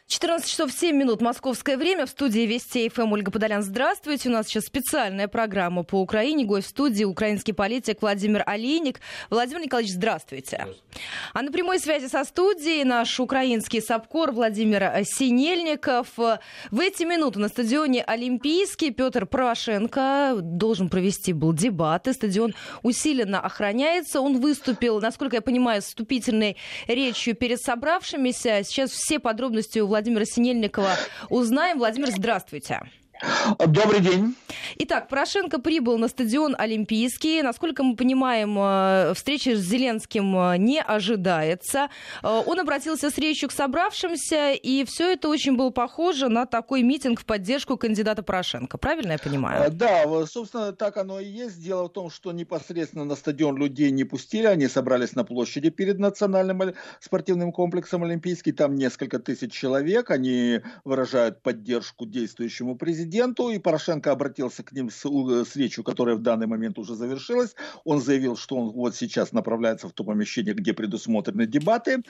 14 часов 7 минут московское время. В студии Вести ФМ Ольга Подолян. Здравствуйте. У нас сейчас специальная программа по Украине. Гость в студии украинский политик Владимир Олейник. Владимир Николаевич, здравствуйте. А на прямой связи со студией наш украинский САПКОР Владимир Синельников. В эти минуты на стадионе Олимпийский Петр Порошенко должен провести был дебаты. Стадион усиленно охраняется. Он выступил, насколько я понимаю, с вступительной речью перед собравшимися. Сейчас все подробности у Владимира Синельникова узнаем. Владимир, здравствуйте. Добрый день. Итак, Порошенко прибыл на стадион Олимпийский. Насколько мы понимаем, встречи с Зеленским не ожидается. Он обратился с речью к собравшимся, и все это очень было похоже на такой митинг в поддержку кандидата Порошенко. Правильно я понимаю? Да, собственно, так оно и есть. Дело в том, что непосредственно на стадион людей не пустили. Они собрались на площади перед национальным спортивным комплексом Олимпийский. Там несколько тысяч человек. Они выражают поддержку действующему президенту. И Порошенко обратился к ним с речью, которая в данный момент уже завершилась. Он заявил, что он вот сейчас направляется в то помещение, где предусмотрены дебаты,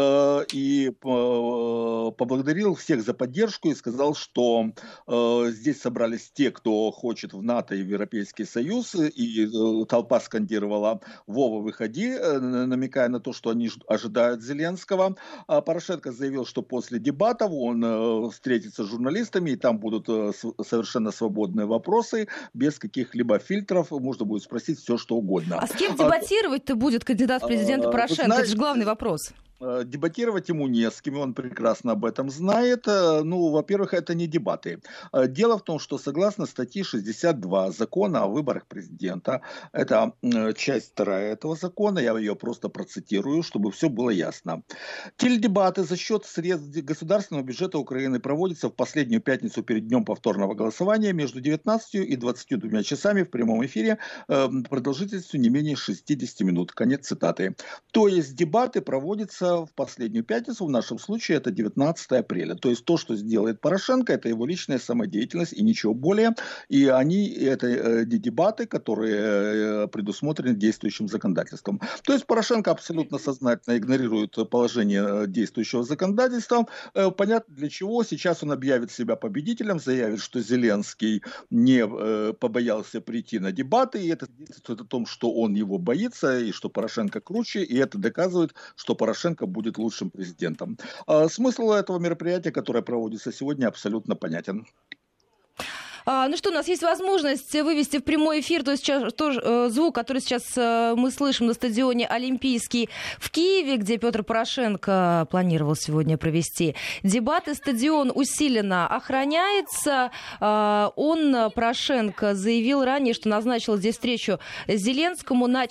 и поблагодарил всех за поддержку и сказал, что здесь собрались те, кто хочет в НАТО и в Европейский Союз, и толпа скандировала «Вова, выходи», намекая на то, что они ожидают Зеленского. Порошенко заявил, что после дебатов он встретится с журналистами, и там будут совершенно свободные вопросы, без каких-либо фильтров, можно будет спросить все, что угодно. А с кем дебатировать-то будет кандидат в президенты Порошенко? Знаете, это же главный вопрос. Дебатировать ему не с кем, он прекрасно об этом знает. Ну, во-первых, это не дебаты. Дело в том, что согласно статье 62 закона о выборах президента, это часть 2 этого закона, я ее просто процитирую, чтобы все было ясно. Теледебаты за счет средств государственного бюджета Украины проводятся в последнюю пятницу перед днем повторного голосования между 19 и 22 часами в прямом эфире продолжительностью не менее 60 минут. Конец цитаты. То есть дебаты проводятся в последнюю пятницу, в нашем случае это 19 апреля. То есть то, что сделает Порошенко, это его личная самодеятельность и ничего более. И это дебаты, которые предусмотрены действующим законодательством. То есть Порошенко абсолютно сознательно игнорирует положение действующего законодательства. Понятно для чего. Сейчас он объявит себя победителем, заявит, что Зеленский не побоялся прийти на дебаты. И это свидетельствует о том, что он его боится, и что Порошенко круче. И это доказывает, что Порошенко будет лучшим президентом. Смысл этого мероприятия, которое проводится сегодня, абсолютно понятен. Ну что, у нас есть возможность вывести в прямой эфир звук, который сейчас мы слышим на стадионе Олимпийский в Киеве, где Петр Порошенко планировал сегодня провести дебаты. Стадион усиленно охраняется. Порошенко, заявил ранее, что назначил здесь встречу Зеленскому на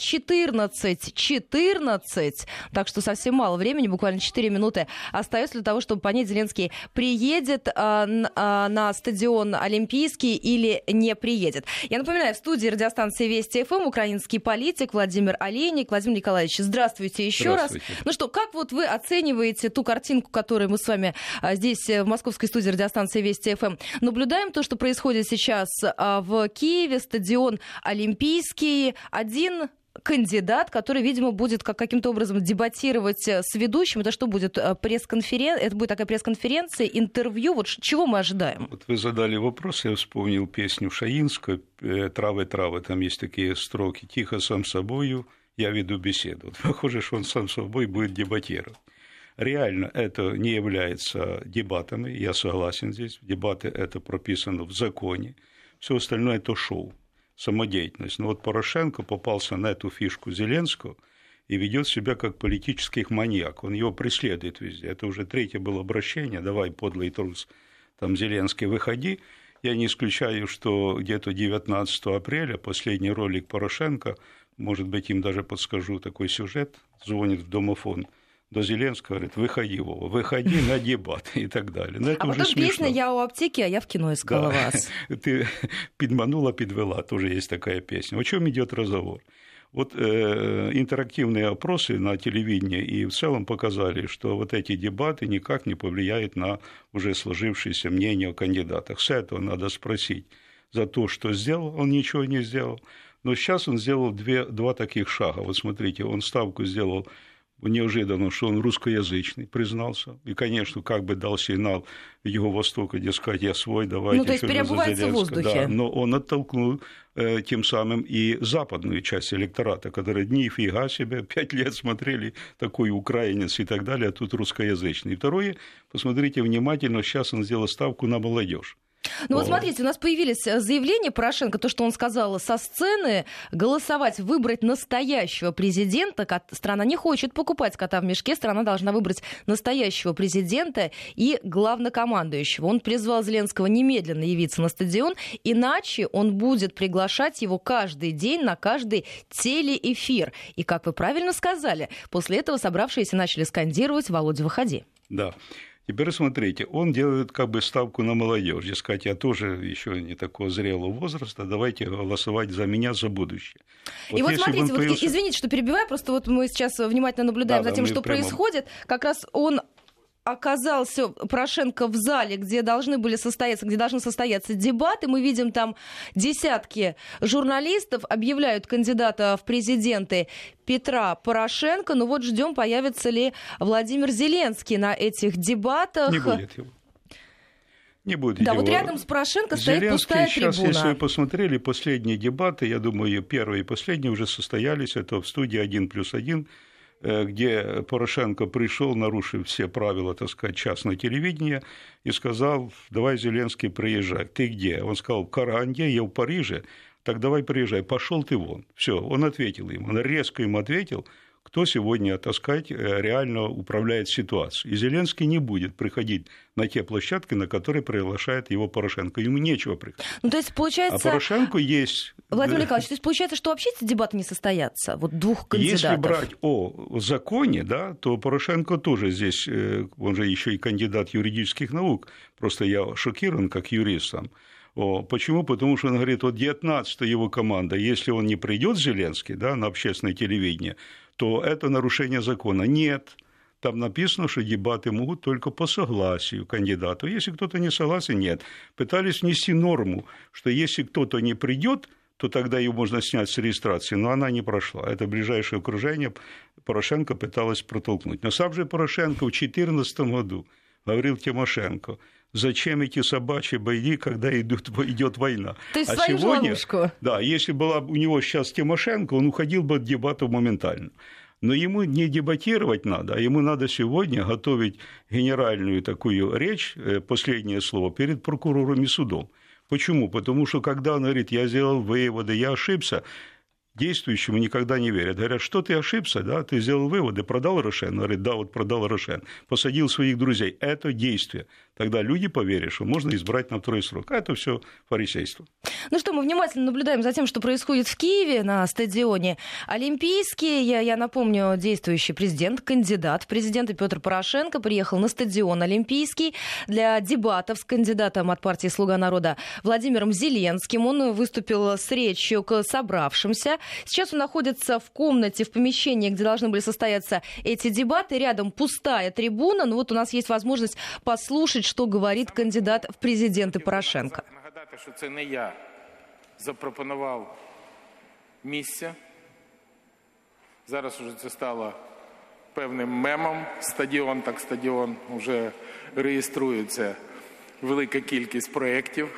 14:14. Так что совсем мало времени, буквально 4 минуты остается для того, чтобы понять, Зеленский приедет на стадион Олимпийский или не приедет. Я напоминаю, в студии радиостанции Вести ФМ украинский политик Владимир Олейник. Владимир Николаевич, здравствуйте еще раз. Ну что, как вот вы оцениваете ту картинку, которую мы с вами здесь в московской студии радиостанции Вести ФМ наблюдаем, то, что происходит сейчас в Киеве, стадион Олимпийский, один кандидат, который, видимо, будет каким-то образом дебатировать с ведущим. Это что будет? Это будет такая пресс-конференция, интервью? Вот чего мы ожидаем? Вот вы задали вопрос, я вспомнил песню Шаинского «Травы, травы», там есть такие строки: «Тихо, сам собою, я веду беседу». Вот похоже, что он сам с собой будет дебатировать. Реально это не является дебатами, я согласен здесь. Дебаты это прописано в законе. Все остальное это шоу, самодеятельность. Но вот Порошенко попался на эту фишку Зеленского и ведет себя как политический маньяк. Он его преследует везде. Это уже 3-е было обращение: давай, подлый трус, там, Зеленский, выходи. Я не исключаю, что где-то 19 апреля последний ролик Порошенко, может быть, им даже подскажу такой сюжет, звонит в домофон до Зеленского, говорит: выходи, Вова, выходи на дебаты и так далее. Но это а уже потом смешно. Песня «Я у аптеки, а я в кино искала вас». Ты подманула, подвела, тоже есть такая песня. О чем идет разговор? Вот интерактивные опросы на телевидении и в целом показали, что вот эти дебаты никак не повлияют на уже сложившееся мнение о кандидатах. С этого надо спросить: за то, что сделал, он ничего не сделал. Но сейчас он сделал два таких шага. Вот смотрите, он ставку сделал неожиданно, что он русскоязычный, признался. И, конечно, как бы дал сигнал Юго-Востока, дескать, я свой, давайте. Ну, то есть переобувается в воздухе. Да, но он оттолкнул тем самым и западную часть электората, которые нифига себе, 5 лет смотрели, такой украинец и так далее, а тут русскоязычный. И второе, посмотрите внимательно, сейчас он сделал ставку на молодежь. Ну вот смотрите, у нас появились заявления Порошенко, то, что он сказал со сцены, голосовать, выбрать настоящего президента. Страна не хочет покупать кота в мешке, страна должна выбрать настоящего президента и главнокомандующего. Он призвал Зеленского немедленно явиться на стадион, иначе он будет приглашать его каждый день на каждый телеэфир. И, как вы правильно сказали, после этого собравшиеся начали скандировать «Володя, выходи». Да. Теперь смотрите, он делает как бы ставку на молодежь. Дескать, я тоже еще не такого зрелого возраста, давайте голосовать за меня, за будущее. И вот смотрите, появился... извините, что перебиваю, просто вот мы сейчас внимательно наблюдаем за тем, что происходит. Как раз он оказался, Порошенко, в зале, где должны состояться дебаты. Мы видим там десятки журналистов, объявляют кандидата в президенты Петра Порошенко. Ну вот ждем, появится ли Владимир Зеленский на этих дебатах. Не будет его. Не будет да, его. Вот рядом с Порошенко стоит пустая трибуна. Сейчас, если вы посмотрели последние дебаты, я думаю, первые и последние уже состоялись, это в студии 1+1, где Порошенко пришел, нарушив все правила, так сказать, частного телевидения, и сказал: давай, Зеленский, приезжай. Ты где? Он сказал: в Караганде, я в Париже, так давай приезжай, пошел ты вон. Все, он ответил ему, он резко ему ответил, кто сегодня, так сказать, реально управляет ситуацией. И Зеленский не будет приходить на те площадки, на которые приглашает его Порошенко. Ему нечего приходить. Ну, то есть, получается... А Порошенко есть... Владимир Николаевич, то есть, получается, что вообще эти дебаты не состоятся? Вот двух кандидатов. Если брать о законе, да, то Порошенко тоже здесь, он же еще и кандидат юридических наук, просто я шокирован как юрист сам. Почему? Потому что он говорит, вот 19-я его команда, если он не придет, Зеленский, да, на общественное телевидение, то это нарушение закона. Нет, там написано, что дебаты могут только по согласию кандидата. Если кто-то не согласен, нет. Пытались внести норму, что если кто-то не придет, то тогда ее можно снять с регистрации, но она не прошла. Это ближайшее окружение Порошенко пыталось протолкнуть. Но сам же Порошенко в 2014 году говорил Тимошенко: зачем эти собачьи бои, когда идет война? То есть свою сегодня, ловушку. Да, если была у него сейчас Тимошенко, он уходил бы от дебатов моментально. Но ему не дебатировать надо, а ему надо сегодня готовить генеральную такую речь, последнее слово, перед прокурором и судом. Почему? Потому что когда он говорит: я сделал выводы, я ошибся, действующему никогда не верят. Говорят: что ты ошибся, да, ты сделал выводы, продал Рошен? Он говорит: да, вот продал Рошен, посадил своих друзей. Это действие. Тогда люди поверят, что можно избрать на второй срок. А это все фарисейство. Ну что, мы внимательно наблюдаем за тем, что происходит в Киеве на стадионе Олимпийский. Я напомню, действующий президент, кандидат в президенты Петр Порошенко приехал на стадион Олимпийский для дебатов с кандидатом от партии «Слуга народа» Владимиром Зеленским. Он выступил с речью к собравшимся. Сейчас он находится в комнате, в помещении, где должны были состояться эти дебаты. Рядом пустая трибуна. Но вот у нас есть возможность послушать, що говорить кандидат в президенти Порошенко. Нагадати, що це не я запропонував місце. Зараз уже це стало певним мемом. Стадіон, так стадіон, вже реєструється велика кількість проєктів.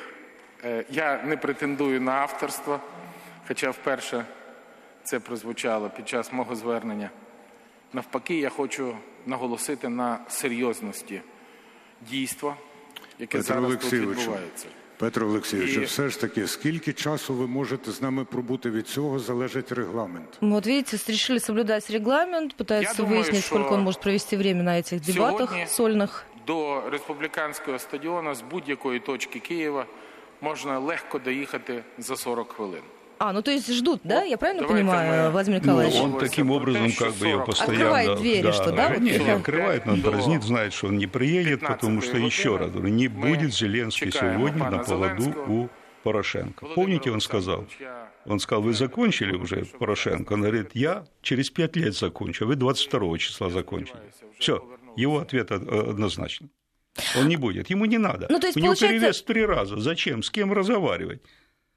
Я не претендую на авторство, хоча вперше це прозвучало під час мого звернення. Навпаки, я хочу наголосити на серйозності дійства, яке зараз тут відбувається. Петро Олексійович, все ж таки, скільки часу ви можете з нами пробути від цього, залежить регламент? Вот видите, решили соблюдать регламент, пытаются выяснить, сколько он может провести время на этих дебатах сольных. До республіканського стадіону з будь-якої точки Києва можна легко доїхати за 40 хвилин. Ну то есть ждут, да? Я правильно понимаю, Владимир Николаевич? Он таким образом как бы ее постоянно... Открывает двери, да, что, да? Нет, не открывает, но он дразнит, знает, что он не приедет, потому что, еще раз говорю, не будет Зеленский сегодня на поводу у Порошенко. Помните, он сказал, вы закончили уже, Порошенко? Он говорит: я через 5 лет закончу, а вы 22 числа закончили. Все, его ответ однозначно. Он не будет, ему не надо. Ну, то есть, у него перевес в 3 раза. Зачем? С кем разговаривать?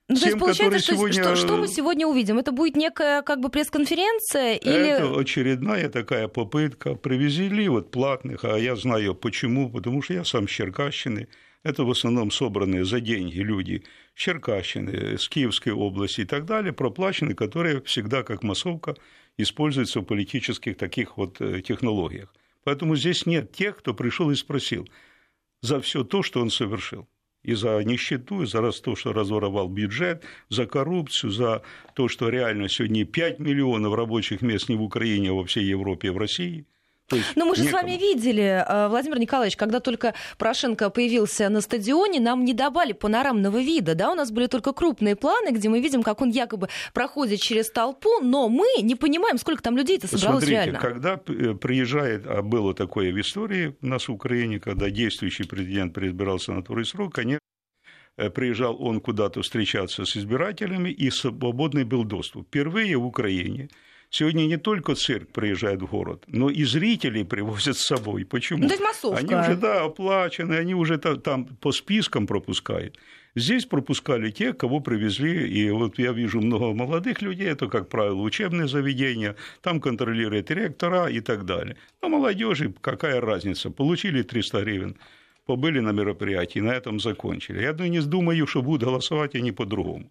Ну, то есть получается, сегодня... что мы сегодня увидим? Это будет некая как бы пресс-конференция? Или... Это очередная такая попытка. Привезли вот платных, а я знаю почему, потому что я сам с Черкащины. Это в основном собранные за деньги люди с Черкащины, с Киевской области и так далее, проплаченные, которые всегда как массовка используются в политических таких вот технологиях. Поэтому здесь нет тех, кто пришел и спросил за все то, что он совершил. И за нищету, и за то, что разворовал бюджет, за коррупцию, за то, что реально сегодня 5 миллионов рабочих мест не в Украине, а во всей Европе и в России. Но мы же с вами видели, Владимир Николаевич, когда только Порошенко появился на стадионе, нам не давали панорамного вида, да, у нас были только крупные планы, где мы видим, как он якобы проходит через толпу, но мы не понимаем, сколько там людей-то собралось. Смотрите, реально. Когда приезжает, а было такое в истории у нас в Украине, когда действующий президент переизбирался на второй срок, конечно, приезжал он куда-то встречаться с избирателями, и свободный был доступ. Впервые в Украине сегодня не только цирк приезжает в город, но и зрителей привозят с собой. Почему? Ну, то есть массовка. Они уже, да, оплачены, они уже там по спискам пропускают. Здесь пропускали тех, кого привезли, и вот я вижу много молодых людей, это, как правило, учебные заведения, там контролируют ректора и так далее. Но молодежи какая разница, получили 300 гривен, побыли на мероприятии, на этом закончили. Я не думаю, что будут голосовать они по-другому.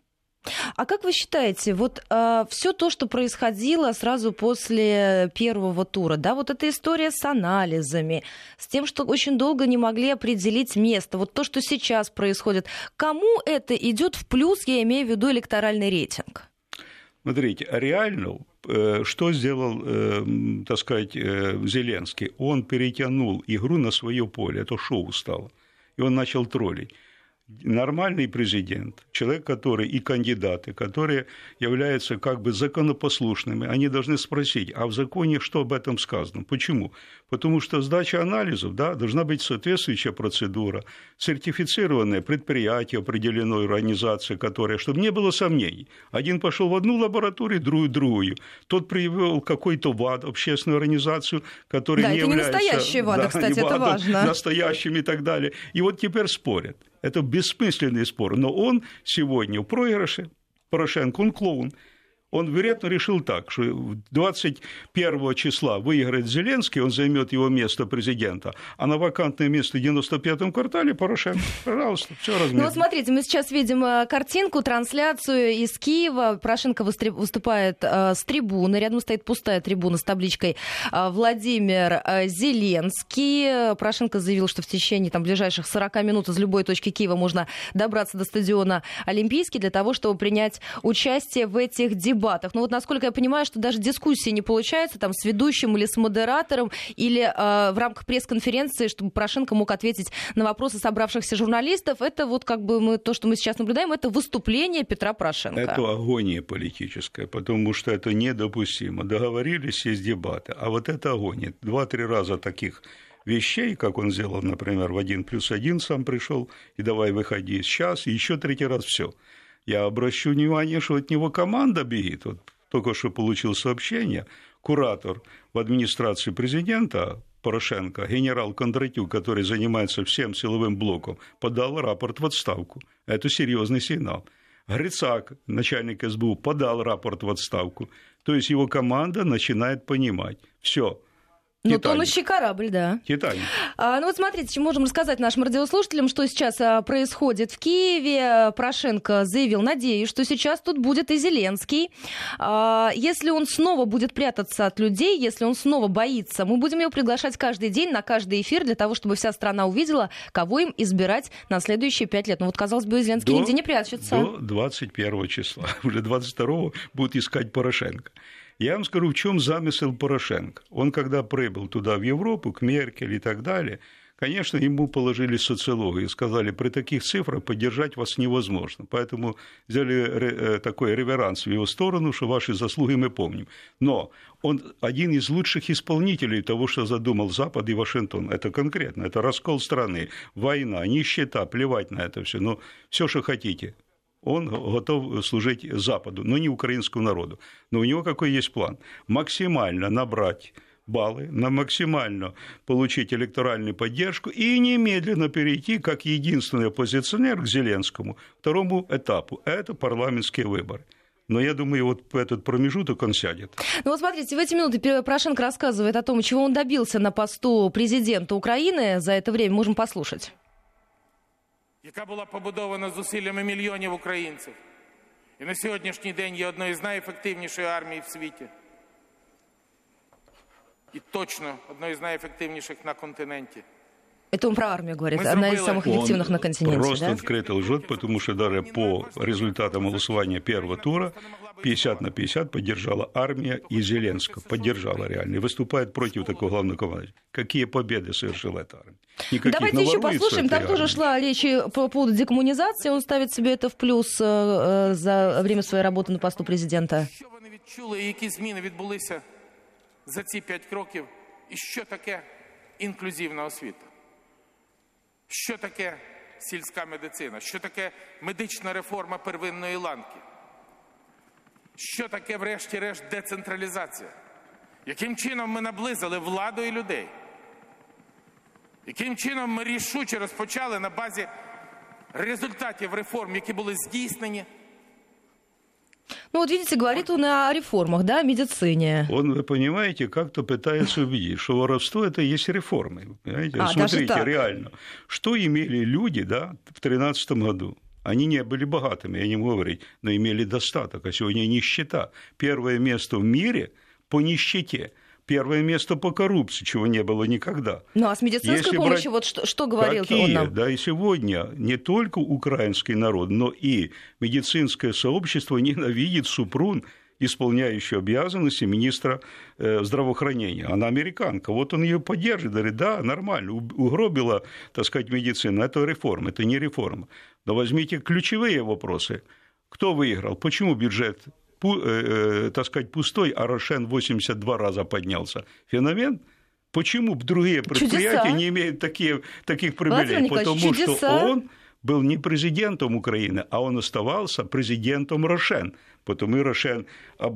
А как вы считаете, вот все то, что происходило сразу после первого тура, да, вот эта история с анализами, с тем, что очень долго не могли определить место, вот то, что сейчас происходит, кому это идет в плюс, я имею в виду электоральный рейтинг? Смотрите, реально, что сделал, так сказать, Зеленский? Он перетянул игру на свое поле, это шоу стало, и он начал троллить. Нормальный президент, человек, который и кандидаты, которые являются как бы законопослушными, они должны спросить, а в законе что об этом сказано? Почему? Потому что сдача анализов, да, должна быть соответствующая процедура, сертифицированное предприятие, определенной организации, которая, чтобы не было сомнений. Один пошел в одну лабораторию, другую. Тот привел какой-то ВАД, общественную организацию, которая не является... Да, это не настоящие ВАДы, кстати, это важно. Настоящими и так далее. И вот теперь спорят. Это бессмысленный спор. Но он сегодня в проигрыше, Порошенко, он клоун. Он, вероятно, решил так, что 21 числа выиграет Зеленский, он займет его место президента, а на вакантное место в 95-м квартале Порошенко. Пожалуйста, все размерно. Ну вот смотрите, мы сейчас видим картинку, трансляцию из Киева. Порошенко выступает с трибуны, рядом стоит пустая трибуна с табличкой «Владимир Зеленский». Порошенко заявил, что в течение ближайших 40 минут из любой точки Киева можно добраться до стадиона Олимпийский для того, чтобы принять участие в этих дебатах. Но вот, насколько я понимаю, что даже дискуссии не получается там с ведущим или с модератором, или в рамках пресс-конференции, чтобы Порошенко мог ответить на вопросы собравшихся журналистов. Это вот как бы то, что мы сейчас наблюдаем, это выступление Петра Порошенко. Это агония политическая, потому что это недопустимо. Договорились, есть дебаты, а вот это агония. 2-3 раза таких вещей, как он сделал, например, в 1+1 сам пришел, и давай выходи сейчас, и еще 3-й раз все. Я обращу внимание, что от него команда бегит. Вот только что получил сообщение, куратор в администрации президента Порошенко, генерал Кондратюк, который занимается всем силовым блоком, подал рапорт в отставку. Это серьезный сигнал. Грицак, начальник СБУ, подал рапорт в отставку. То есть его команда начинает понимать. Все. Ну, тонущий корабль, да. Титаник. Ну вот смотрите, можем рассказать нашим радиослушателям, что сейчас происходит в Киеве. Порошенко заявил, надеюсь, что сейчас тут будет и Зеленский. Если он снова будет прятаться от людей, если он снова боится, мы будем его приглашать каждый день на каждый эфир для того, чтобы вся страна увидела, кого им избирать на следующие 5 лет. Ну вот, казалось бы, Зеленский нигде не прячется. До 21 числа. Уже 22-го будут искать Порошенко. Я вам скажу, в чем замысел Порошенко. Он, когда прибыл туда, в Европу, к Меркель и так далее, конечно, ему положили социологию и сказали, при таких цифрах поддержать вас невозможно. Поэтому сделали такой реверанс в его сторону, что ваши заслуги мы помним. Но он один из лучших исполнителей того, что задумал Запад и Вашингтон. Это конкретно, это раскол страны, война, нищета, плевать на это все. Но все, что хотите. Он готов служить Западу, но не украинскому народу. Но у него какой есть план? Максимально набрать баллы, на максимально получить электоральную поддержку и немедленно перейти, как единственный оппозиционер к Зеленскому, второму этапу. Это парламентские выборы. Но я думаю, вот в этот промежуток он сядет. Ну вот смотрите, в эти минуты Порошенко рассказывает о том, чего он добился на посту президента України за это время. Можем послушать. Яка була побудована зусиллями мільйонів українців. І на сьогоднішній день є одною з найефективніших армій в світі. И точно одной из наиэффективнейших на континенте. Это он про армию говорит, одна из самых эффективных на континенте, просто да? открыто лжет, потому что даже по результатам голосования первого тура 50 на 50 поддержала армия и Зеленского. Поддержала реально. И выступает против такого главного командующего. Какие победы совершила эта армия? Никаких. Давайте еще послушаем. Там тоже шла речь по поводу декоммунизации. Он ставит себе это в плюс за время своей работы на посту президента. Що вони відчули, які зміни відбулися за ці 5 років? І що таке інклюзивна освіта? Що таке сільська медицина? Що таке медична реформа первинної ланки? Що таке, врешті-решт, децентралізація? Яким чином ми наблизили владу і людей? Яким чином ми рішуче розпочали на базі результатів реформ, які були здійснені? Ну вот видите, говорит он о реформах, да, о медицине. Он, вы понимаете, как-то пытается убедить, что воровство – это и есть реформы. Понимаете? Смотрите, реально, что имели люди, да, в 2013 году? Они не были богатыми, я не могу говорить, но имели достаток, а сегодня нищета. Первое место в мире по нищете. Первое место по коррупции, чего не было никогда. Ну, а с медицинской помощью, вот что говорил он нам? Да, и сегодня не только украинский народ, но и медицинское сообщество ненавидит Супрун, исполняющую обязанности министра здравоохранения. Она американка, вот он ее поддерживает, говорит, да, нормально, угробила, так сказать, медицину, это реформа, это не реформа. Но возьмите ключевые вопросы. Кто выиграл? Почему бюджет, так сказать, пустой, а Рошен 82 раза поднялся? Феномен? Почему другие предприятия не имеют таких привилегий? Потому что он был не президентом Украины, а он оставался президентом Рошен. Потому и Рошен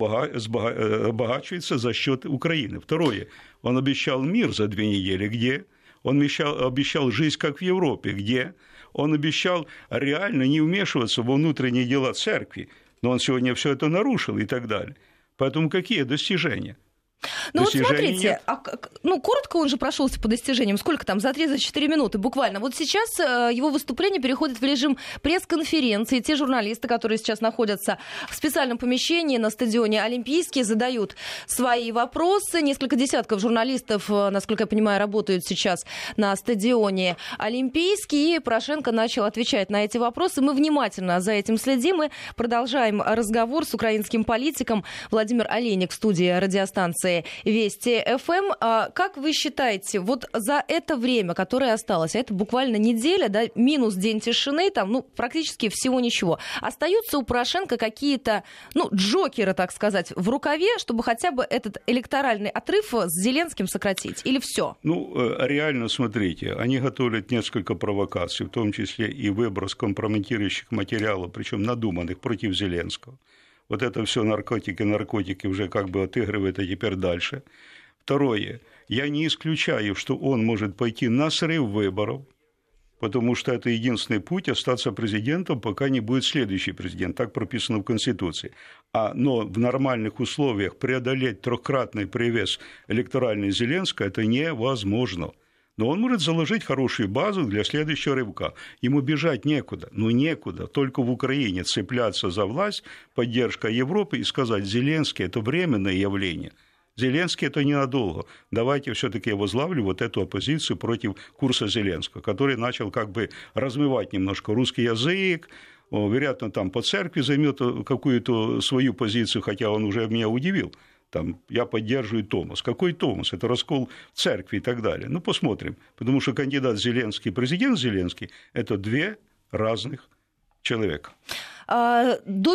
обогачивается за счет Украины. Второе. Он обещал мир за 2 недели. Где? Он обещал жизнь, как в Европе. Где? Он обещал реально не вмешиваться во внутренние дела церкви. Но он сегодня все это нарушил и так далее. Поэтому какие достижения? Ну вот смотрите, коротко он же прошелся по достижениям. Сколько там? За 3-4 минуты буквально. Вот сейчас его выступление переходит в режим пресс-конференции. Те журналисты, которые сейчас находятся в специальном помещении на стадионе Олимпийский, задают свои вопросы. Несколько десятков журналистов, насколько я понимаю, работают сейчас на стадионе Олимпийский. И Порошенко начал отвечать на эти вопросы. Мы внимательно за этим следим. Мы продолжаем разговор с украинским политиком. Владимир Олейник в студии радиостанции Вести ФМ. Как вы считаете, вот за это время, которое осталось, а это буквально неделя, да, минус день тишины, там, практически всего ничего, остаются у Порошенко какие-то, джокеры, так сказать, в рукаве, чтобы хотя бы этот электоральный отрыв с Зеленским сократить? Или все? Реально, смотрите, они готовят несколько провокаций, в том числе и выброс компрометирующих материалов, причем надуманных против Зеленского. Вот это все наркотики уже как бы отыгрывает, а теперь дальше. Второе. Я не исключаю, что он может пойти на срыв выборов, потому что это единственный путь остаться президентом, пока не будет следующий президент. Так прописано в Конституции. Но в нормальных условиях преодолеть 3-кратный привес электоральный Зеленского – это невозможно. Но он может заложить хорошую базу для следующего рывка. Ему бежать некуда. Некуда. Только в Украине цепляться за власть, поддержка Европы и сказать, Зеленский – это временное явление. Зеленский – это ненадолго. Давайте все-таки я возглавлю вот эту оппозицию против курса Зеленского, который начал как бы размывать немножко русский язык, вероятно, там по церкви займет какую-то свою позицию, хотя он уже меня удивил. Там, я поддерживаю Томос. Какой Томос? Это раскол церкви и так далее. Посмотрим. Потому что кандидат Зеленский и президент Зеленский – это 2 разных человека. До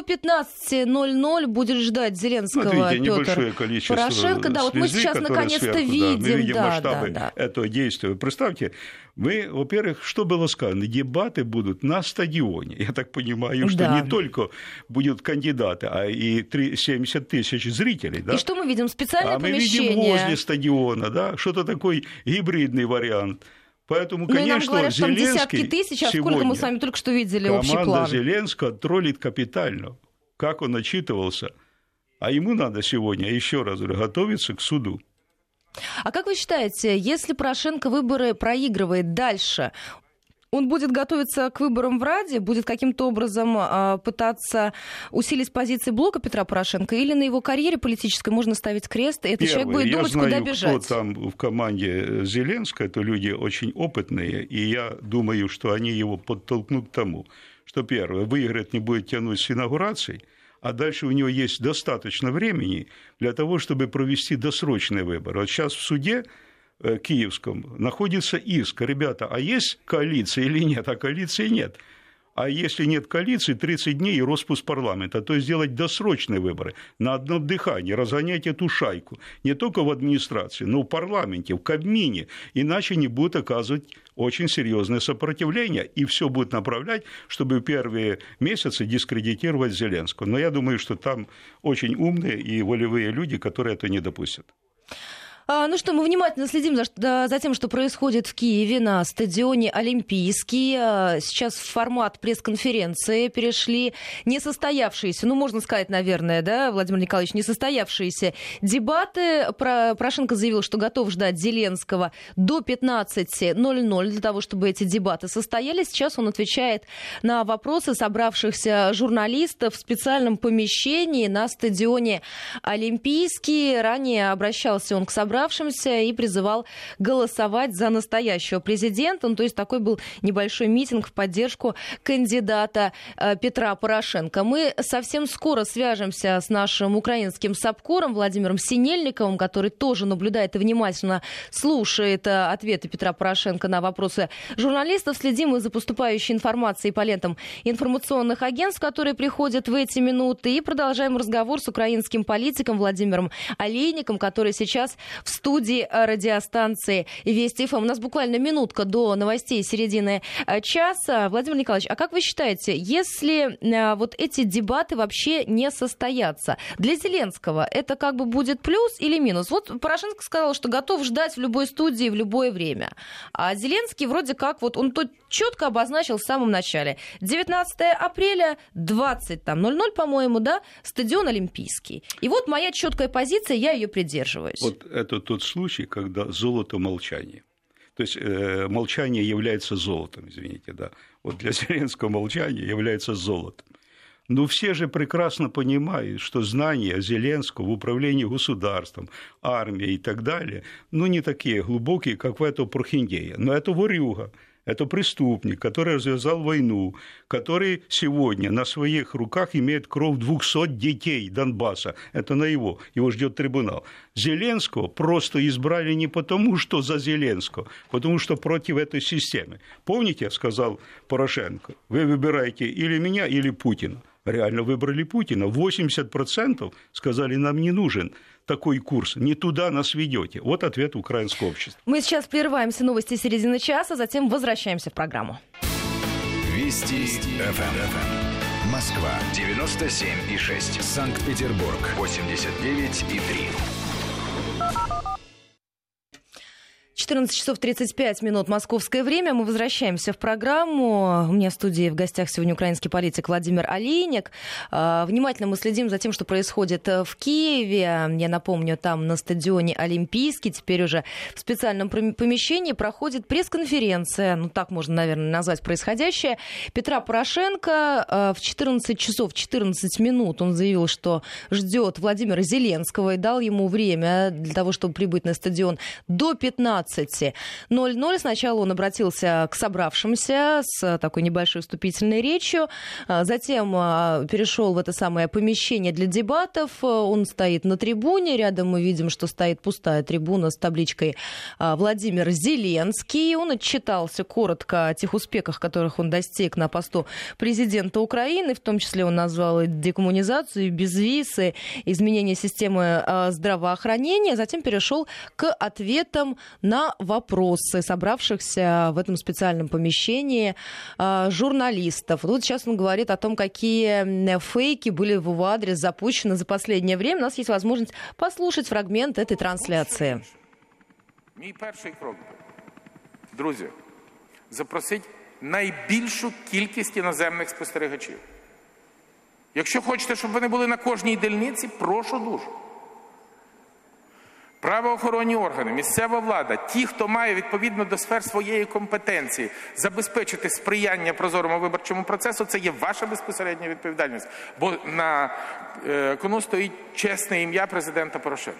15:00 будет ждать Зеленского Петр Порошенко. Да, вот мы сейчас наконец-то видим. Мы видим масштабы этого действия. Представьте, во-первых, что было сказано? Дебаты будут на стадионе. Я так понимаю, что не только будут кандидаты, а и 70 тысяч зрителей. Да? И что мы видим? Специальное помещение. Мы видим возле стадиона, да? Что-то такой гибридный вариант. Поэтому, конечно, нам говорят, что там Зеленский десятки тысяч, а сколько мы с вами только что видели общий план. Команда Зеленского троллит капитально. Как он отчитывался. А ему надо сегодня, еще раз говорю, готовиться к суду. А как вы считаете, если Порошенко выборы проигрывает дальше, он будет готовиться к выборам в Раде, будет каким-то образом пытаться усилить позиции блока Петра Порошенко, или на его карьере политической можно ставить крест, и этот человек будет думать, куда бежать? Я знаю, кто там в команде Зеленского, это люди очень опытные, и я думаю, что они его подтолкнут к тому, что, первое, выиграть не будет тянуть с инаугурацией, а дальше у него есть достаточно времени для того, чтобы провести досрочные выборы. Вот сейчас в суде киевском находится иск. Ребята, а есть коалиция или нет? А коалиции нет. А если нет коалиции, 30 дней и распуск парламента. То есть сделать досрочные выборы на одном дыхании, разгонять эту шайку. Не только в администрации, но в парламенте, в Кабмине. Иначе не будут оказывать очень серьезное сопротивление. И все будет направлять, чтобы в первые месяцы дискредитировать Зеленского. Но я думаю, что там очень умные и волевые люди, которые это не допустят. Ну что, мы внимательно следим за тем, что происходит в Киеве на стадионе Олимпийский. Сейчас в формат пресс-конференции перешли несостоявшиеся, можно сказать, наверное, да, Владимир Николаевич, несостоявшиеся дебаты. Порошенко заявил, что готов ждать Зеленского до 15:00 для того, чтобы эти дебаты состоялись. Сейчас он отвечает на вопросы собравшихся журналистов в специальном помещении на стадионе Олимпийский. Ранее обращался он к собравшимся и призывал голосовать за настоящего президента. То есть такой был небольшой митинг в поддержку кандидата Петра Порошенко. Мы совсем скоро свяжемся с нашим украинским сапкором Владимиром Синельниковым, который тоже наблюдает и внимательно слушает ответы Петра Порошенко на вопросы журналистов. Следим и за поступающей информацией по лентам информационных агентств, которые приходят в эти минуты. И продолжаем разговор с украинским политиком Владимиром Олейником, который сейчас в студии радиостанции Вести ФМ. У нас буквально минутка до новостей середины часа. Владимир Николаевич, а как вы считаете, если вот эти дебаты вообще не состоятся, для Зеленского это как бы будет плюс или минус? Вот Порошенко сказал, что готов ждать в любой студии в любое время. А Зеленский вроде как вот он тут четко обозначил в самом начале. 19 апреля, 20:00, по-моему, да, стадион Олимпийский. И вот моя четкая позиция, я ее придерживаюсь. Вот это тот случай, когда золото молчание. То есть молчание является золотом, извините, да. Вот для Зеленского молчание является золотом. Но все же прекрасно понимают, что знания Зеленского в управлении государством, армией и так далее, не такие глубокие, как у этого прохиндея. Но это ворюга. Это преступник, который развязал войну, который сегодня на своих руках имеет кровь 200 детей Донбасса. Это на его ждет трибунал. Зеленского просто избрали не потому, что за Зеленского, потому что против этой системы. Помните, сказал Порошенко, вы выбираете или меня, или Путина. Реально выбрали Путина. 80% сказали, нам не нужен такой курс, не туда нас ведете. Вот ответ украинского общества. Мы сейчас прерываемся, новости середины часа, затем возвращаемся в программу. Вести ФМ. Москва 97,6. Санкт-Петербург 89,3. 14 часов 35 минут московское время. Мы возвращаемся в программу. У меня в студии в гостях сегодня украинский политик Владимир Олейник. Внимательно мы следим за тем, что происходит в Киеве. Я напомню, там на стадионе Олимпийский, теперь уже в специальном помещении, проходит пресс-конференция, так можно, наверное, назвать происходящее, Петра Порошенко. В 14 часов 14 минут он заявил, что ждет Владимира Зеленского и дал ему время для того, чтобы прибыть на стадион до 15 17:00. Сначала он обратился к собравшимся с такой небольшой вступительной речью, затем перешел в это самое помещение для дебатов. Он стоит на трибуне, рядом мы видим, что стоит пустая трибуна с табличкой «Владимир Зеленский». Он отчитался коротко о тех успехах, которых он достиг на посту президента Украины, в том числе он назвал и декоммунизацию, и безвиз, и изменение системы здравоохранения, затем перешел к ответам на вопросы собравшихся в этом специальном помещении журналистов. Вот сейчас он говорит о том, какие фейки были в его адрес запущены за последнее время. У нас есть возможность послушать фрагмент этой трансляции. Мій перший крок, друзі, запросить найбільшу кількість іноземних спостерігачів. Якщо хочете, щоб вони були на кожній дільниці, прошу дуже. Правоохоронні органи, місцева влада, ті, хто має відповідно до сфер своєї компетенції забезпечити сприяння прозорому виборчому процесу, це є ваша безпосередня відповідальність. Бо на кону стоїть чесне ім'я президента Порошенка.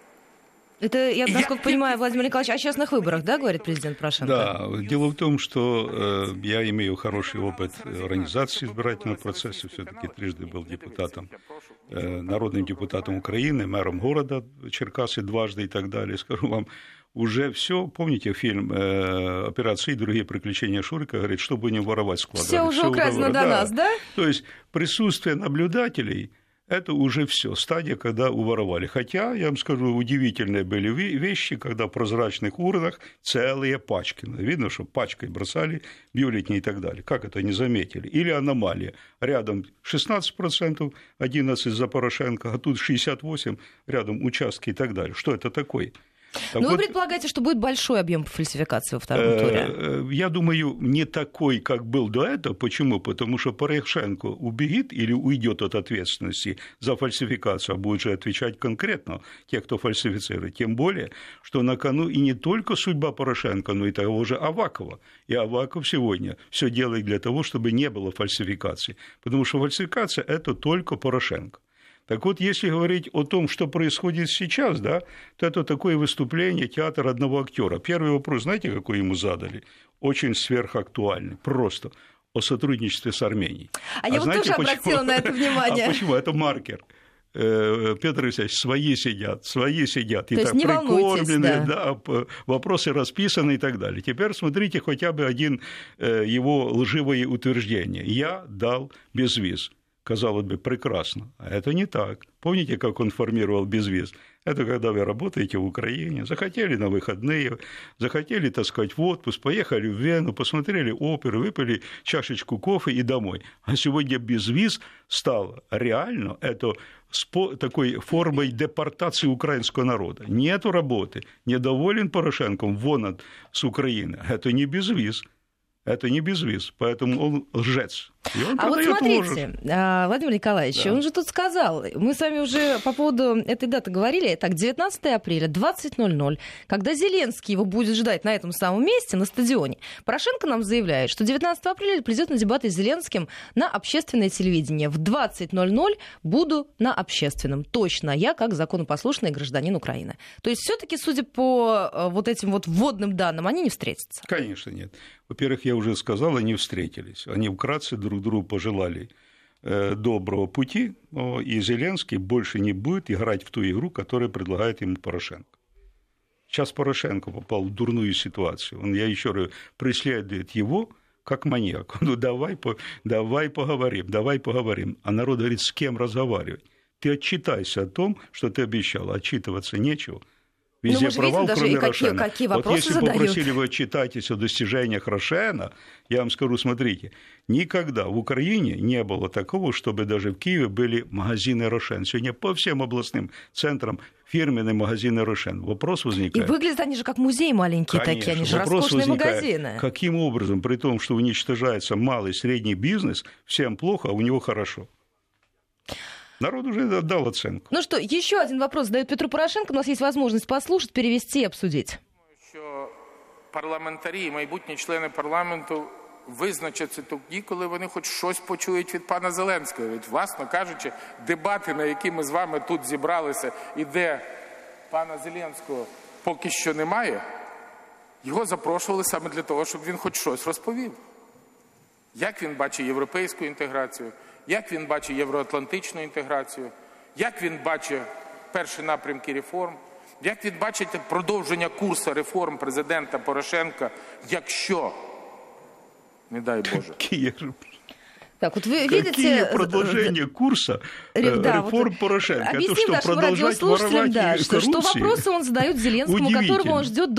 Это, я, насколько понимаю, Владимир Николаевич, о честных выборах, да, говорит президент Порошенко? Да, дело в том, что я имею хороший опыт организации избирательного процесса, все-таки трижды был депутатом, народным депутатом Украины, мэром города Черкассы дважды и так далее. Скажу вам, уже все, помните фильм «Операция и другие приключения Шурика», говорит, чтобы не воровать складывали. Все уже украдено до нас, да? То есть присутствие наблюдателей – это уже все, стадия, когда уворовали. Хотя, я вам скажу, удивительные были вещи, когда в прозрачных урнах целые пачки. Видно, что пачкой бросали бюллетени и так далее. Как это не заметили? Или аномалия. Рядом 16%, 11% за Порошенко, а тут 68%, рядом участки и так далее. Что это такое? Но вот, вы предполагаете, что будет большой объем фальсификации во втором туре? Я думаю, не такой, как был до этого. Почему? Потому что Порошенко убегит или уйдет от ответственности за фальсификацию, а будет же отвечать конкретно те, кто фальсифицирует. Тем более, что на кону и не только судьба Порошенко, но и того же Авакова. И Аваков сегодня все делает для того, чтобы не было фальсификации. Потому что фальсификация – это только Порошенко. Так вот, если говорить о том, что происходит сейчас, да, то это такое выступление, театр одного актера. Первый вопрос, знаете, какой ему задали? Очень сверхактуальный, просто о сотрудничестве с Арменией. А я вот тоже обратила на это внимание. А почему? Это маркер. Петр Алексеевич, свои сидят. И то так прикормлены, да, вопросы расписаны и так далее. Теперь смотрите хотя бы один его лживое утверждение. Я дал безвиз. Казалось бы, прекрасно. А это не так. Помните, как он формировал безвиз? Это когда вы работаете в Украине, захотели на выходные, захотели, так сказать, в отпуск, поехали в Вену, посмотрели оперу, выпили чашечку кофе и домой. А сегодня безвиз стал реально это такой формой депортации украинского народа. Нету работы, недоволен Порошенком, вон с Украины. Это не безвиз. Это не безвиз, поэтому он лжец. А вот смотрите, Владимир Николаевич, да. Он же тут сказал, мы с вами уже по поводу этой даты говорили, так, 19 апреля, 20:00, когда Зеленский его будет ждать на этом самом месте, на стадионе, Порошенко нам заявляет, что 19 апреля придет на дебаты с Зеленским на общественное телевидение. В 20:00 буду на общественном. Точно, я как законопослушный гражданин Украины. То есть все-таки, судя по вот этим вот вводным данным, они не встретятся? Конечно, нет. Во-первых, я уже сказал, они встретились. Они вкратце друг другу пожелали доброго пути, и Зеленский больше не будет играть в ту игру, которую предлагает ему Порошенко. Сейчас Порошенко попал в дурную ситуацию. Он, я еще раз, преследует его как маньяк. Ну, давай поговорим. А народ говорит, с кем разговаривать? Ты отчитайся о том, что ты обещал. Отчитываться нечего. Везде провал, кроме Рошена. Вот если попросили вы отчитайтесь о достижениях Рошена, я вам скажу, смотрите, никогда в Украине не было такого, чтобы даже в Киеве были магазины Рошен. Сегодня по всем областным центрам фирменные магазины Рошен. Вопрос возникает. И выглядят они же как музей маленькие. Конечно, такие, они же роскошные магазины. Каким образом, при том, что уничтожается малый и средний бизнес, всем плохо, а у него хорошо? Народ уже дал оценку. Ну что, еще один вопрос задает Петру Порошенко. У нас есть возможность послушать, перевести и обсудить. Що парламентарі, майбутні члени парламенту визначаться тоді, коли вони хоч щось почують від пана Зеленського. Ведь, власно кажучи, дебати, на які ми з вами тут зібралися, і де пана Зеленського поки що немає, Його запрошували саме для того, щоб він хоч щось розповів. Як він бачить європейську інтеграцію, як він бачить євроатлантичну інтеграцію, як він бачить перші напрямки реформ, як він бачить продовження курсу реформ президента Порошенка, якщо, не дай Боже. Так, вот вы Какие видите... продолжения курса да, реформ вот Порошенко? Это объясним что, нашим продолжать воровать да, что коррупцию? вопросы он задает Зеленскому, которого он ждет до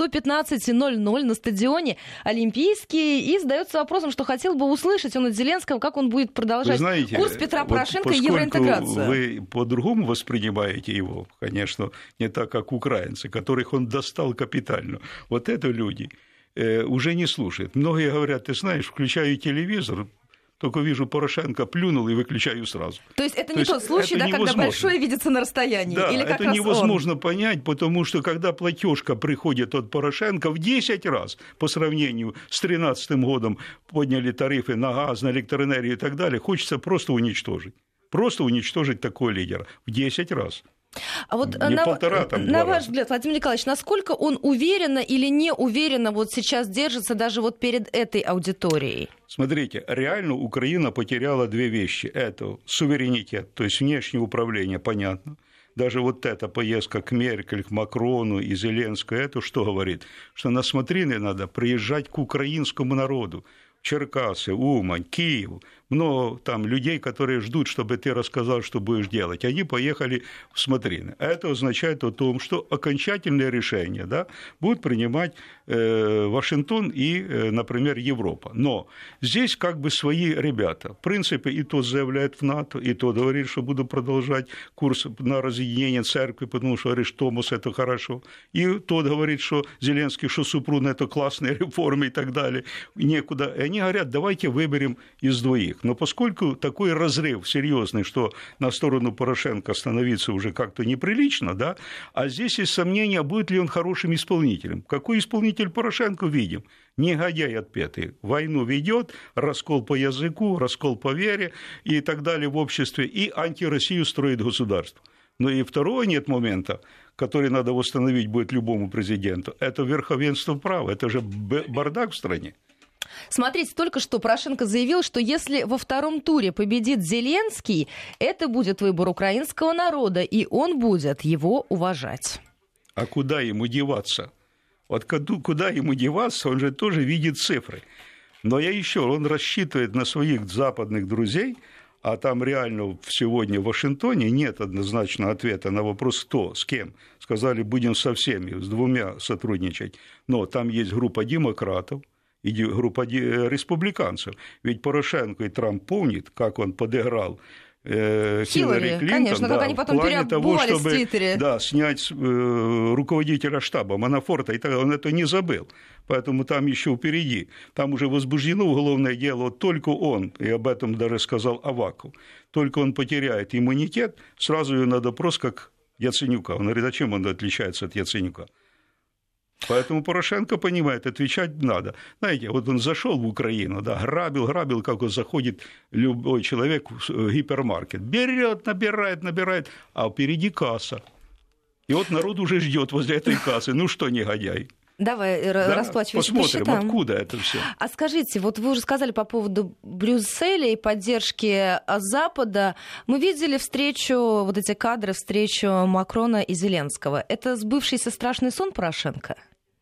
15:00 на стадионе Олимпийский, и задается вопросом, что хотел бы услышать он от Зеленского, как он будет продолжать курс Петра Порошенко и евроинтеграцию. Вы по-другому воспринимаете его, конечно, не так, как украинцы, которых он достал капитально. Вот это люди уже не слушают. Многие говорят, ты знаешь, включаю телевизор, только вижу, Порошенко плюнул и выключаю сразу. То есть это не тот случай, да, когда большое видится на расстоянии? Да, или как это раз невозможно понять, потому что когда платежка приходит от Порошенко в 10 раз по сравнению с 2013 годом подняли тарифы на газ, на электроэнергию и так далее, хочется просто уничтожить. Просто уничтожить такого лидера в 10 раз. А вот не полтора, там, на ваш взгляд, Владимир Николаевич, насколько он уверенно или не уверенно вот сейчас держится даже вот перед этой аудиторией? Смотрите, реально Украина потеряла две вещи. Это суверенитет, то есть внешнее управление, понятно. Даже вот эта поездка к Меркель, к Макрону и Зеленскому, это что говорит? Что на смотрины надо приезжать к украинскому народу. Черкасы, Умань, Киев, много там людей, которые ждут, чтобы ты рассказал, что будешь делать. Они поехали в смотрины. Это означает о том, что окончательное решение, да, будут принимать Вашингтон и, например, Европа. Но здесь как бы свои ребята. В принципе, и тот заявляет в НАТО, и тот говорит, что буду продолжать курс на разъединение церкви, потому что, говорит, Томос – это хорошо. И тот говорит, что Зеленский, что Супрун – это классные реформы и так далее. Некуда. И они говорят, давайте выберем из двоих. Но поскольку такой разрыв серьезный, что на сторону Порошенко становиться уже как-то неприлично, да, а здесь есть сомнения, будет ли он хорошим исполнителем. Какой исполнитель Порошенко видим? Негодяй отпетый. Войну ведет, раскол по языку, раскол по вере и так далее в обществе, и антироссию строит государство. Но и второго нет момента, который надо восстановить будет любому президенту, это верховенство права, это же бардак в стране. Смотрите, только что Порошенко заявил, что если во втором туре победит Зеленский, это будет выбор украинского народа, и он будет его уважать. А куда ему деваться? Вот куда ему деваться, он же тоже видит цифры. Но он рассчитывает на своих западных друзей, а там реально сегодня в Вашингтоне нет однозначного ответа на вопрос, кто, с кем. Сказали, будем со всеми, с двумя сотрудничать. Но там есть группа демократов, и группа республиканцев. Ведь Порошенко и Трамп помнят, как он подыграл Хиллари Клинтон, конечно, да, как они потом в плане того, чтобы в Твиттере. Да, снять руководителя штаба Манафорта, и он это не забыл. Поэтому там еще впереди. Там уже возбуждено уголовное дело. Вот только он, и об этом даже сказал Аваков, только он потеряет иммунитет, сразу ее на допрос, как Яценюка. Он говорит, а чем он отличается от Яценюка? Поэтому Порошенко понимает, отвечать надо. Знаете, вот он зашел в Украину, да, грабил, как вот заходит любой человек в гипермаркет. Берет, набирает, а впереди касса. И вот народ уже ждет возле этой кассы. Ну что, негодяй? Давай, расплачивайся по счетам. Посмотрим, откуда это все. А скажите, вот вы уже сказали по поводу Брюсселя и поддержки Запада. Мы видели встречу, вот эти кадры, встречу Макрона и Зеленского. Это сбывшийся страшный сон Порошенко?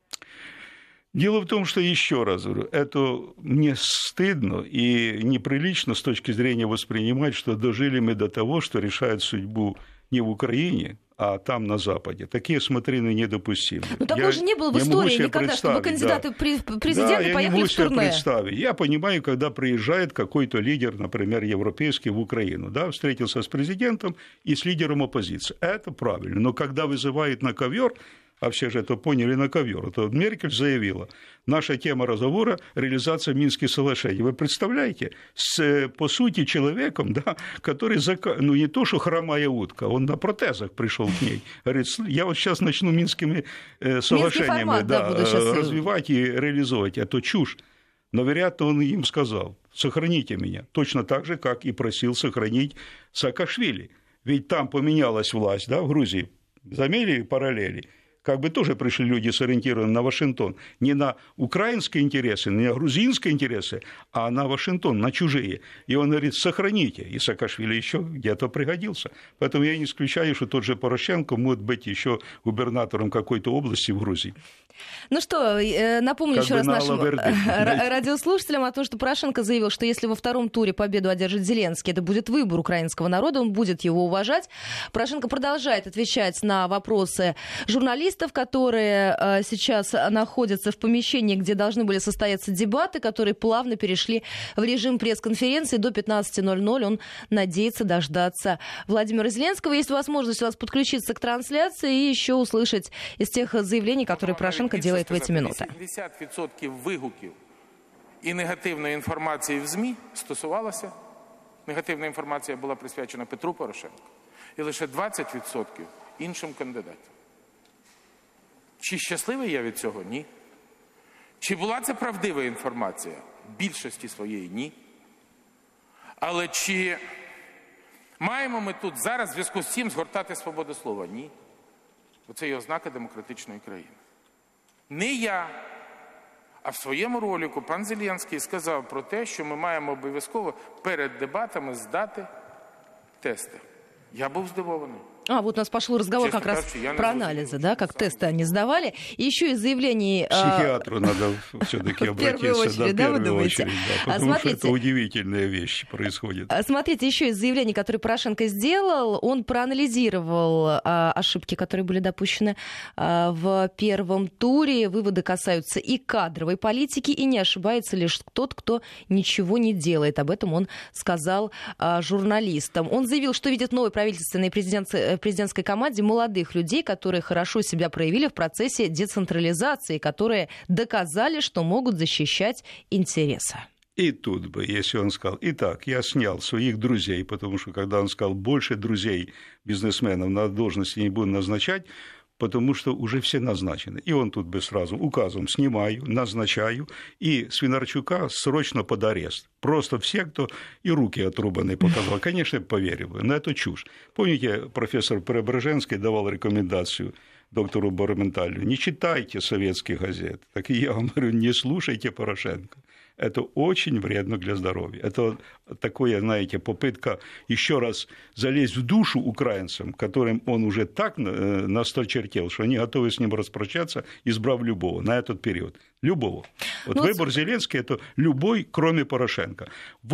Дело в том, что, еще раз говорю, это мне стыдно и неприлично с точки зрения воспринимать, что дожили мы до того, что решают судьбу не в Украине, а там на Западе. Такие смотрины недопустимы. Ну, такого же не было в истории никогда, чтобы кандидаты в президенты поехали в турне. Представить. Я понимаю, когда приезжает какой-то лидер, например, европейский в Украину, да, встретился с президентом и с лидером оппозиции. Это правильно. Но когда вызывает на ковер, а все же это поняли на ковер, то Меркель заявила, наша тема разговора – реализация Минских соглашений. Вы представляете, по сути, человеком, да, который, ну не то, что хромая утка, он на протезах пришел к ней. Говорит, я вот сейчас начну Минскими соглашениями формат, развивать и реализовать. Это чушь. Но, вероятно, он им сказал, сохраните меня. Точно так же, как и просил сохранить Саакашвили. Ведь там поменялась власть, да, в Грузии. Заметили параллели? как бы тоже пришли люди сориентированы на Вашингтон, не на украинские интересы, не на грузинские интересы, а на Вашингтон, на чужие. И он говорит, сохраните. И Саакашвили еще где-то пригодился. Поэтому я не исключаю, что тот же Порошенко может быть еще губернатором какой-то области в Грузии. Ну что, напомню как еще раз нашим радиослушателям о том, что Порошенко заявил, что если во втором туре победу одержит Зеленский, это будет выбор украинского народа, он будет его уважать. Порошенко продолжает отвечать на вопросы журналистов, которые сейчас находятся в помещении, где должны были состояться дебаты, которые плавно перешли в режим пресс-конференции. До 15:00 он надеется дождаться Владимира Зеленского. Есть возможность у вас подключиться к трансляции и еще услышать из тех заявлений, которые Порошенко делает в эти минуты. 70% вигуків і негативної інформації в ЗМІ стосувалося, негативна інформація була присвячена Петру Порошенку, і лише 20% іншим кандидатам. Чи щасливий я від цього? Ні. Чи була це правдива інформація? Більшості своєї – ні. Але чи маємо ми тут зараз в зв'язку з цим згортати свободу слова? Ні. Бо це є ознака демократичної країни. Не я, а в своєму ролику пан Зеленський сказав про те, що ми маємо обов'язково перед дебатами здати тести. Я був здивований. Вот у нас пошел разговор как раз про анализы, да, как тесты они сдавали. И еще из заявлений... Психиатру надо все-таки обратиться. В первую очередь, да, потому что это удивительные вещи происходят. Смотрите, еще из заявлений, которые Порошенко сделал, он проанализировал ошибки, которые были допущены в первом туре. Выводы касаются и кадровой политики, и не ошибается лишь тот, кто ничего не делает. Об этом он сказал журналистам. Он заявил, что видит новый правительственный президентской команде молодых людей, которые хорошо себя проявили в процессе децентрализации, которые доказали, что могут защищать интересы. И тут бы, если он сказал, итак, я снял своих друзей, потому что когда он сказал, больше друзей бизнесменов на должности не буду назначать, потому что уже все назначены. И он тут бы сразу указом снимаю, назначаю, и Свинарчука срочно под арест. Просто все, кто и руки отрубаны показал. Конечно, поверил бы, но это чушь. Помните, профессор Преображенский давал рекомендацию доктору Барменталю, не читайте советских газет. Так и я вам говорю, не слушайте Порошенко. Это очень вредно для здоровья. Это такое, знаете, попытка еще раз залезть в душу украинцам, которым он уже так насточертел, что они готовы с ним распрощаться, избрав любого на этот период. Любого. Вот выбор Зеленский – это любой, кроме Порошенко.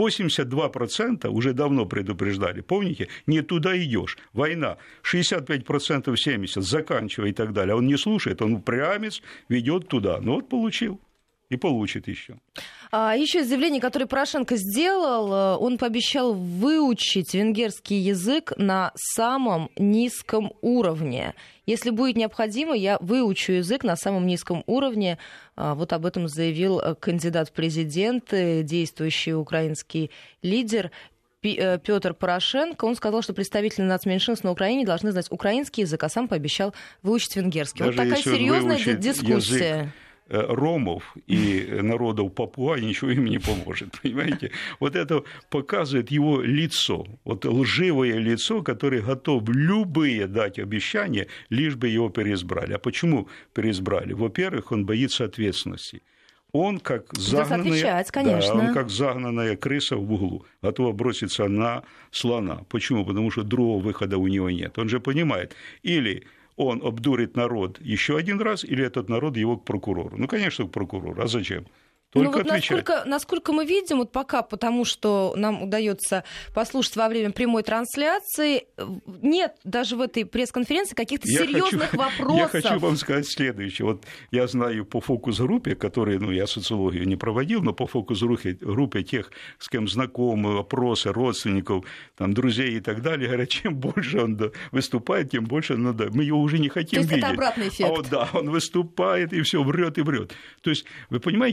82% уже давно предупреждали. Помните? Не туда идешь. Война. 65%, 70%, заканчивай и так далее. Он не слушает, он упрямец, ведет туда. Ну вот получил. И получит еще. Еще из заявлений, которые Порошенко сделал, он пообещал выучить венгерский язык на самом низком уровне. Если будет необходимо, я выучу язык на самом низком уровне. Вот об этом заявил кандидат в президенты, действующий украинский лидер Петр Порошенко. Он сказал, что представители нацменьшинств на Украине должны знать украинский язык, а сам пообещал выучить венгерский. Даже вот такая серьезная дискуссия. Язык ромов и народов Папуа ничего им не поможет, понимаете? Вот это показывает его лицо, вот лживое лицо, которое готов любые дать обещания, лишь бы его переизбрали. А почему переизбрали? Во-первых, он боится ответственности. Он как загнанная, он как загнанная крыса в углу, готова броситься на слона. Почему? Потому что другого выхода у него нет. Он же понимает, или он обдурит народ еще один раз, или этот народ его к прокурору? Ну, конечно, к прокурору. А зачем? Только вот насколько мы видим, вот пока, потому что нам удается послушать во время прямой трансляции, нет даже в этой пресс-конференции каких-то серьезных вопросов. Я хочу вам сказать следующее. Вот я знаю по фокус-группе, которые, я социологию не проводил, но по фокус-группе тех, с кем знакомы, опросы родственников, там, друзей и так далее, говорят, чем больше он выступает, тем больше мы его уже не хотим видеть. То есть это обратный эффект. Он выступает и все врет и врет. То есть, вы понимаете, есть такой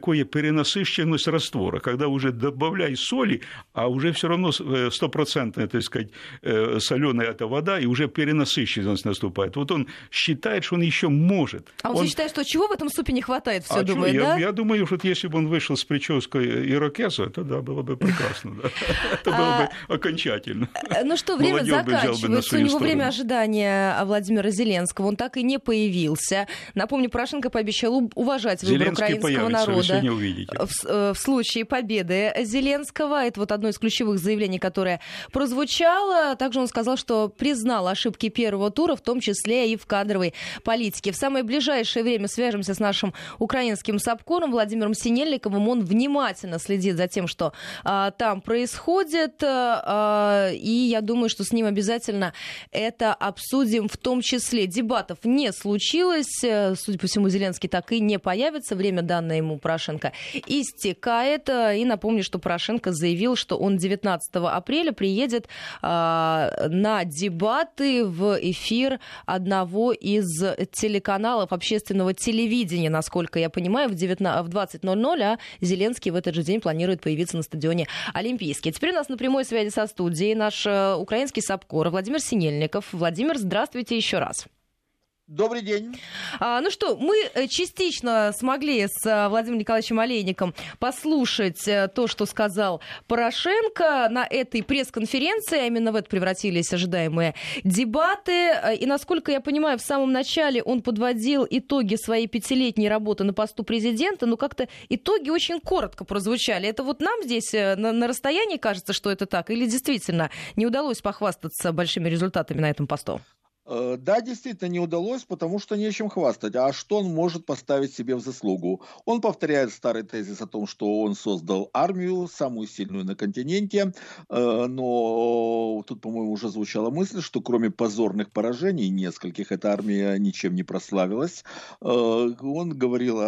такое перенасыщенность раствора, когда уже добавляй соли, а уже все равно стопроцентная, так сказать, соленая эта вода, и уже перенасыщенность наступает. Вот он считает, что он еще может. А он считает, что чего в этом супе не хватает, все думает, да? Я думаю, что если бы он вышел с прической ирокеза, то да, было бы прекрасно. Да. Это было бы окончательно. Ну что, время заканчивается. У него время ожидания Владимира Зеленского. Он так и не появился. Напомню, Порошенко пообещал уважать выбор украинского народа в случае победы Зеленского. Это вот одно из ключевых заявлений, которое прозвучало. Также он сказал, что признал ошибки первого тура, в том числе и в кадровой политике. В самое ближайшее время свяжемся с нашим украинским САПКОРом Владимиром Синельниковым. Он внимательно следит за тем, что там происходит. И я думаю, что с ним обязательно это обсудим. В том числе дебатов не случилось. Судя по всему, Зеленский так и не появится. Время, данное ему Порошенко, истекает. И напомню, что Порошенко заявил, что он 19 апреля приедет на дебаты в эфир одного из телеканалов общественного телевидения, насколько я понимаю, в 20:00, а Зеленский в этот же день планирует появиться на стадионе Олимпийский. Теперь у нас на прямой связи со студией наш украинский САПКОР Владимир Синельников. Владимир, здравствуйте еще раз. Добрый день. Ну что, мы частично смогли с Владимиром Николаевичем Олейником послушать то, что сказал Порошенко на этой пресс-конференции. А именно в это превратились ожидаемые дебаты. И, насколько я понимаю, в самом начале он подводил итоги своей 5-летней работы на посту президента, но как-то итоги очень коротко прозвучали. Это вот нам здесь на расстоянии кажется, что это так? Или действительно не удалось похвастаться большими результатами на этом посту? Да, действительно не удалось, потому что нечем хвастать. А что он может поставить себе в заслугу? Он повторяет старый тезис о том, что он создал армию, самую сильную на континенте, но тут, по-моему, уже звучала мысль, что кроме позорных поражений, нескольких, эта армия ничем не прославилась. Он говорил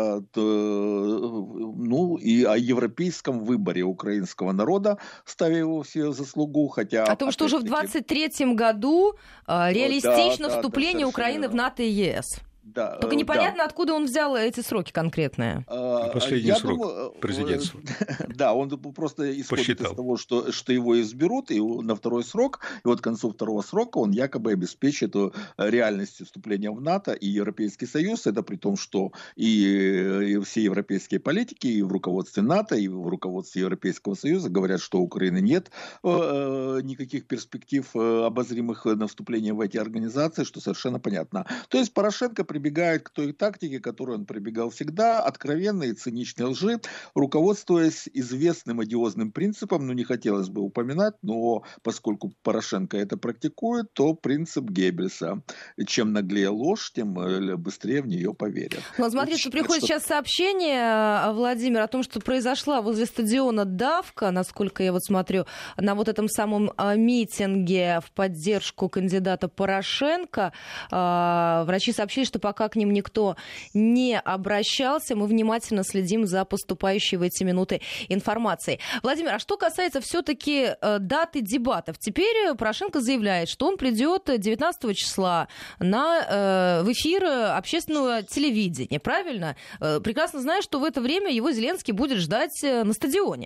и о европейском выборе украинского народа, ставя его все в заслугу, хотя... О том, что уже в 23-м году реалистично вступление Украины в НАТО и ЕС. Да, только непонятно, откуда он взял эти сроки конкретные. Последний срок президентства. Да, он просто исходит из того, что его изберут и на второй срок, и вот к концу второго срока он якобы обеспечит реальность вступления в НАТО и Европейский Союз. Это при том, что и все европейские политики и в руководстве НАТО, и в руководстве Европейского Союза говорят, что у Украины нет никаких перспектив обозримых на вступление в эти организации, что совершенно понятно. То есть Порошенко прибегает к той тактике, к которой он прибегал всегда, откровенной и циничной лжи, руководствуясь известным одиозным принципом, не хотелось бы упоминать, но поскольку Порошенко это практикует, то принцип Геббельса. Чем наглее ложь, тем быстрее в нее поверят. Ну, смотрите, приходит сейчас сообщение, Владимир, о том, что произошла возле стадиона давка, насколько я вот смотрю, на вот этом самом митинге в поддержку кандидата Порошенко. Врачи сообщили, что пока к ним никто не обращался, мы внимательно следим за поступающей в эти минуты информацией. Владимир, а что касается все-таки даты дебатов, теперь Порошенко заявляет, что он придет 19 числа в эфир общественного телевидения, правильно? Прекрасно знаю, что в это время его Зеленский будет ждать на стадионе.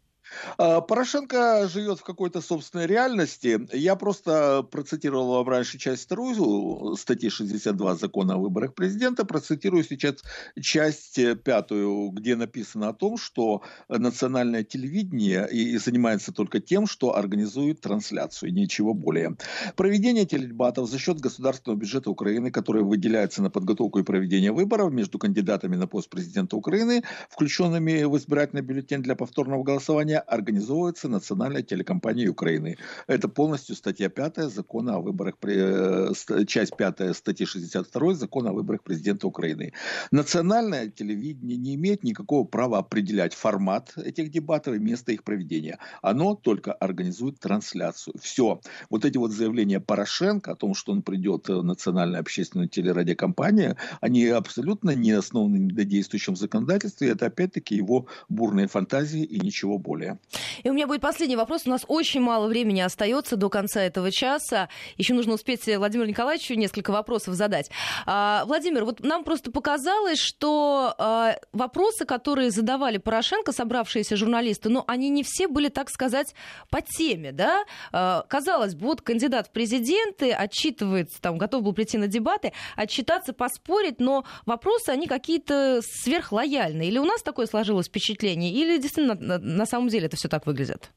Порошенко живет в какой-то собственной реальности. Я просто процитировал вам раньше часть 2 статьи 62 закона о выборах президента. Процитирую сейчас часть 5, где написано о том, что национальное телевидение и занимается только тем, что организует трансляцию, ничего более. Проведение теледебатов за счет государственного бюджета Украины, который выделяется на подготовку и проведение выборов между кандидатами на пост президента Украины, включенными в избирательный бюллетень для повторного голосования, организовывается национальной телекомпанией Украины. Это полностью статья 5 закона о выборах, часть 5 статьи 62 закона о выборах президента Украины. Национальное телевидение не имеет никакого права определять формат этих дебатов и место их проведения. Оно только организует трансляцию. Все. Вот эти вот заявления Порошенко о том, что он придет в национальную общественную телерадиокомпанию, они абсолютно не основаны на действующем законодательстве. Это опять-таки его бурные фантазии и ничего более. Украине. И у меня будет последний вопрос. У нас очень мало времени остается до конца этого часа. Еще нужно успеть Владимиру Николаевичу несколько вопросов задать. Владимир, вот нам просто показалось, что вопросы, которые задавали Порошенко, собравшиеся журналисты, но они не все были, так сказать, по теме, да? Казалось бы, вот кандидат в президенты отчитывается, там, готов был прийти на дебаты, отчитаться, поспорить, но вопросы, они какие-то сверхлояльные. Или у нас такое сложилось впечатление, или действительно на самом деле это все так выглядит?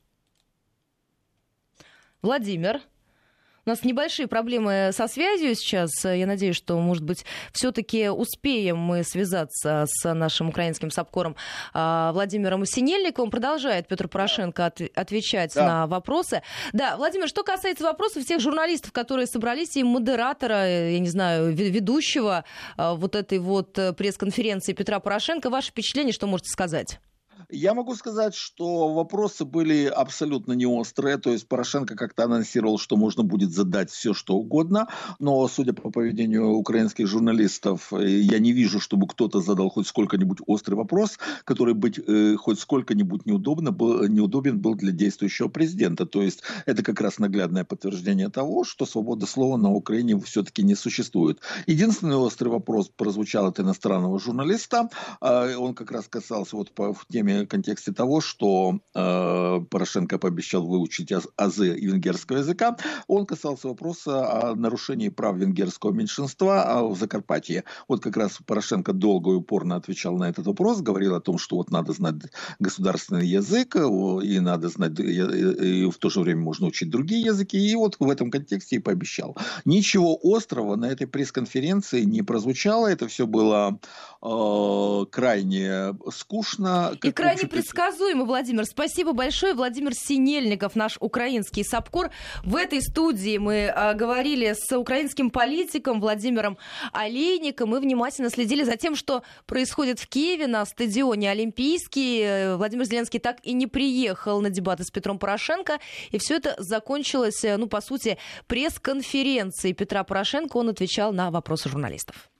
Владимир, у нас небольшие проблемы со связью сейчас. Я надеюсь, что, может быть, все-таки успеем мы связаться с нашим украинским САПКОРом Владимиром Синельниковым. Продолжает Петр Порошенко отвечать на вопросы. Да, Владимир, что касается вопросов тех журналистов, которые собрались, и модератора, я не знаю, ведущего вот этой вот пресс-конференции Петра Порошенко, ваше впечатление, что можете сказать? Я могу сказать, что вопросы были абсолютно не острые, то есть Порошенко как-то анонсировал, что можно будет задать все, что угодно, но, судя по поведению украинских журналистов, я не вижу, чтобы кто-то задал хоть сколько-нибудь острый вопрос, который быть хоть сколько-нибудь неудобен был для действующего президента. То есть это как раз наглядное подтверждение того, что свобода слова на Украине все-таки не существует. Единственный острый вопрос прозвучал от иностранного журналиста, он как раз касался вот в теме контексте того, что Порошенко пообещал выучить азы венгерского языка. Он касался вопроса о нарушении прав венгерского меньшинства в Закарпатье. Вот как раз Порошенко долго и упорно отвечал на этот вопрос, говорил о том, что вот надо знать государственный язык, и надо знать, и в то же время можно учить другие языки, и вот в этом контексте и пообещал. Ничего острого на этой пресс-конференции не прозвучало, это все было крайне скучно. И крайне предсказуемо, Владимир. Спасибо большое. Владимир Синельников, наш украинский САПКОР. В этой студии мы говорили с украинским политиком Владимиром Олейником и внимательно следили за тем, что происходит в Киеве на стадионе Олимпийский. Владимир Зеленский так и не приехал на дебаты с Петром Порошенко. И все это закончилось, по сути, пресс-конференцией Петра Порошенко. Он отвечал на вопросы журналистов.